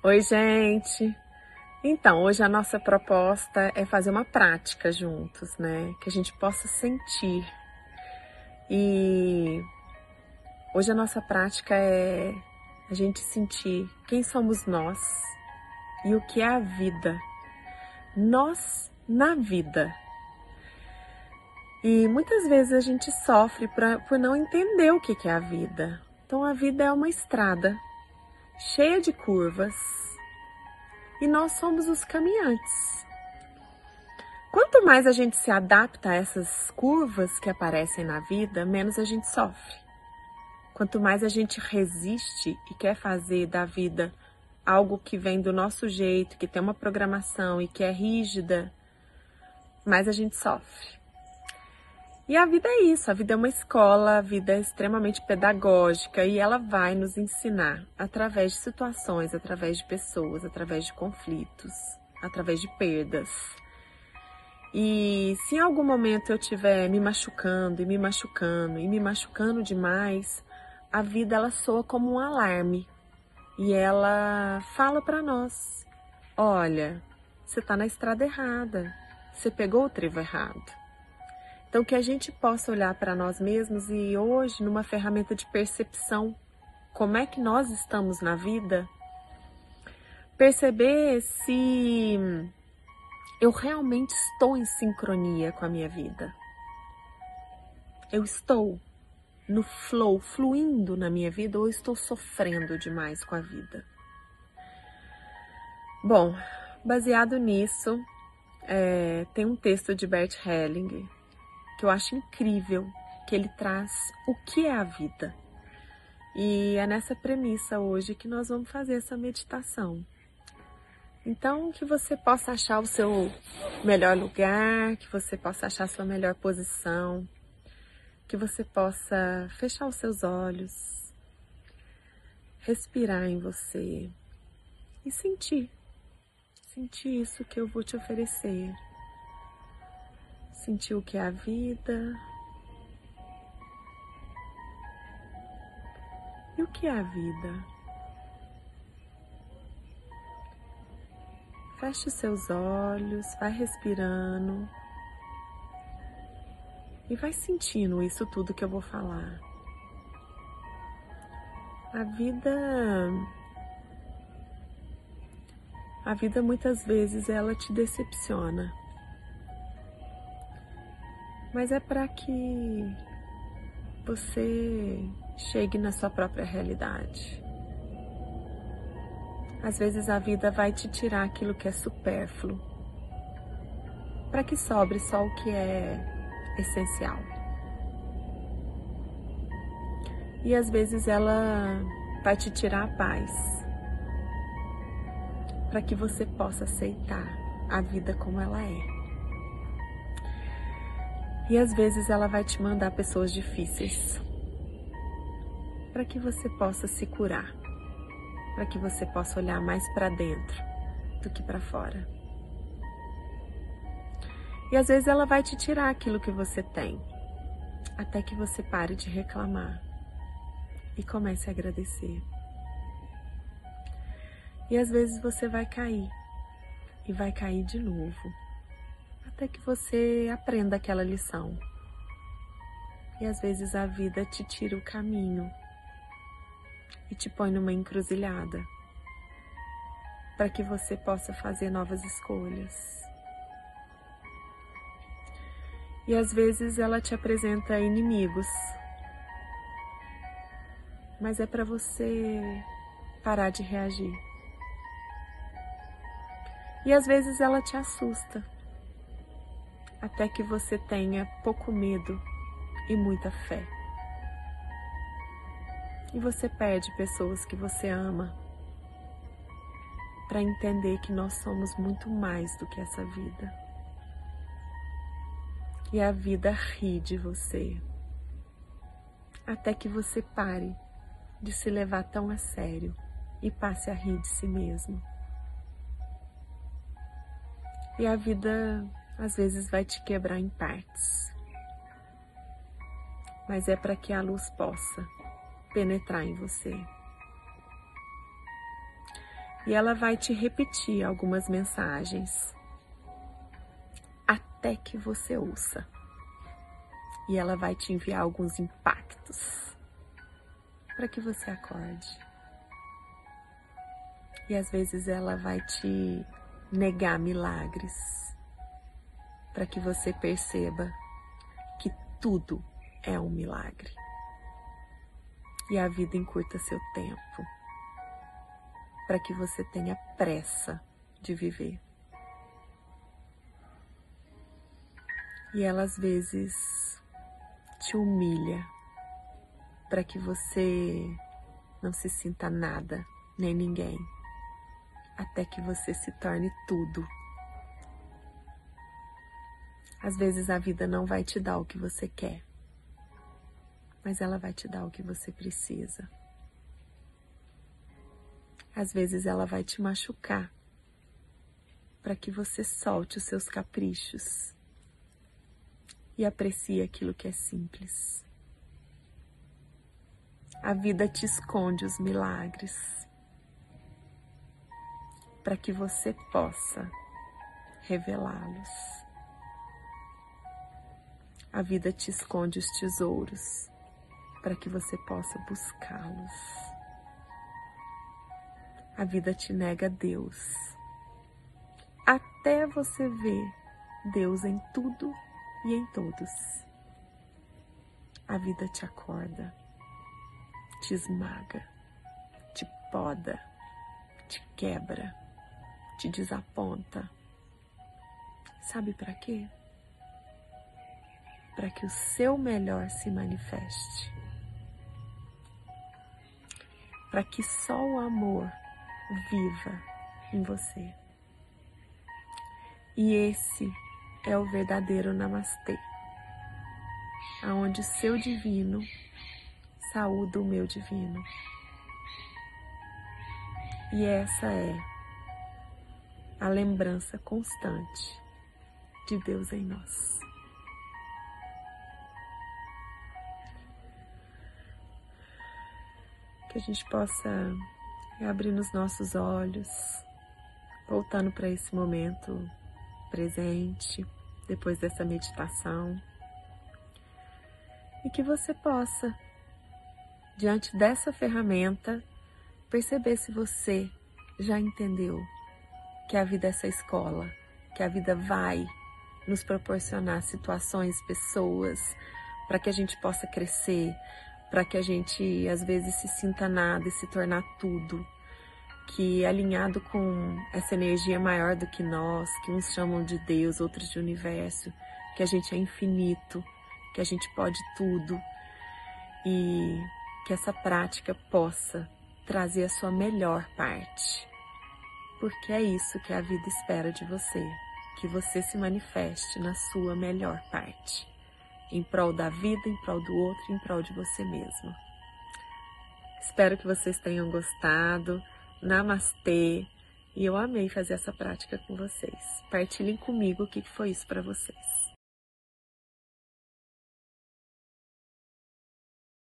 Oi, gente! Então, hoje a nossa proposta é fazer uma prática juntos, né? Que a gente possa sentir. E hoje a nossa prática é a gente sentir quem somos nós e o que é a vida. Nós na vida. E muitas vezes a gente sofre por não entender o que é a vida. Então a vida é uma estrada cheia de curvas. E nós somos os caminhantes. Quanto mais a gente se adapta a essas curvas que aparecem na vida, menos a gente sofre. Quanto mais a gente resiste e quer fazer da vida algo que vem do nosso jeito, que tem uma programação e que é rígida, mais a gente sofre. E a vida é isso, a vida é uma escola, a vida é extremamente pedagógica e ela vai nos ensinar através de situações, através de pessoas, através de conflitos, através de perdas. E se em algum momento eu estiver me machucando e me machucando e me machucando demais, a vida ela soa como um alarme e ela fala para nós: olha, você está na estrada errada, você pegou o trevo errado. Então que a gente possa olhar para nós mesmos e hoje, numa ferramenta de percepção, como é que nós estamos na vida, perceber se eu realmente estou em sincronia com a minha vida. Eu estou no flow, fluindo na minha vida, ou estou sofrendo demais com a vida? Bom, baseado nisso, tem um texto de Bert Hellinger que eu acho incrível, que ele traz o que é a vida. E é nessa premissa hoje que nós vamos fazer essa meditação. Então, que você possa achar o seu melhor lugar, que você possa achar a sua melhor posição, que você possa fechar os seus olhos, respirar em você e sentir isso que eu vou te oferecer. Sentir o que é a vida e o que é a vida. Feche os seus olhos, vai respirando e vai sentindo isso tudo que eu vou falar. A vida muitas vezes ela te decepciona, mas é para que você chegue na sua própria realidade. Às vezes a vida vai te tirar aquilo que é supérfluo, para que sobre só o que é essencial. E às vezes ela vai te tirar a paz, para que você possa aceitar a vida como ela é. E às vezes ela vai te mandar pessoas difíceis, para que você possa se curar, para que você possa olhar mais para dentro do que para fora. E às vezes ela vai te tirar aquilo que você tem, até que você pare de reclamar e comece a agradecer. E às vezes você vai cair, e vai cair de novo, até que você aprenda aquela lição. E às vezes a vida te tira o caminho e te põe numa encruzilhada, para que você possa fazer novas escolhas. E às vezes ela te apresenta inimigos, mas é para você parar de reagir. E às vezes ela te assusta, até que você tenha pouco medo e muita fé. E você perde pessoas que você ama, para entender que nós somos muito mais do que essa vida. E a vida ri de você, até que você pare de se levar tão a sério e passe a rir de si mesmo. E a vida às vezes vai te quebrar em partes, mas é para que a luz possa penetrar em você. E ela vai te repetir algumas mensagens até que você ouça. E ela vai te enviar alguns impactos para que você acorde. E às vezes ela vai te negar milagres para que você perceba que tudo é um milagre. E a vida encurta seu tempo para que você tenha pressa de viver. E ela às vezes te humilha para que você não se sinta nada, nem ninguém, até que você se torne tudo. Às vezes a vida não vai te dar o que você quer, mas ela vai te dar o que você precisa. Às vezes ela vai te machucar para que você solte os seus caprichos e aprecie aquilo que é simples. A vida te esconde os milagres para que você possa revelá-los. A vida te esconde os tesouros para que você possa buscá-los. A vida te nega Deus até você ver Deus em tudo e em todos. A vida te acorda, te esmaga, te poda, te quebra, te desaponta. Sabe para quê? Para que o seu melhor se manifeste. Para que só o amor viva em você. E esse é o verdadeiro Namastê, aonde o seu divino saúda o meu divino. E essa é a lembrança constante de Deus em nós. Que a gente possa abrir os nossos olhos, voltando para esse momento presente, depois dessa meditação. E que você possa, diante dessa ferramenta, perceber se você já entendeu que a vida é essa escola, que a vida vai nos proporcionar situações, pessoas, para que a gente possa crescer, para que a gente às vezes se sinta nada e se tornar tudo, que alinhado com essa energia maior do que nós, que uns chamam de Deus, outros de universo, que a gente é infinito, que a gente pode tudo, e que essa prática possa trazer a sua melhor parte, porque é isso que a vida espera de você, que você se manifeste na sua melhor parte, em prol da vida, em prol do outro, em prol de você mesmo. Espero que vocês tenham gostado. Namastê. E eu amei fazer essa prática com vocês. Partilhem comigo o que foi isso para vocês.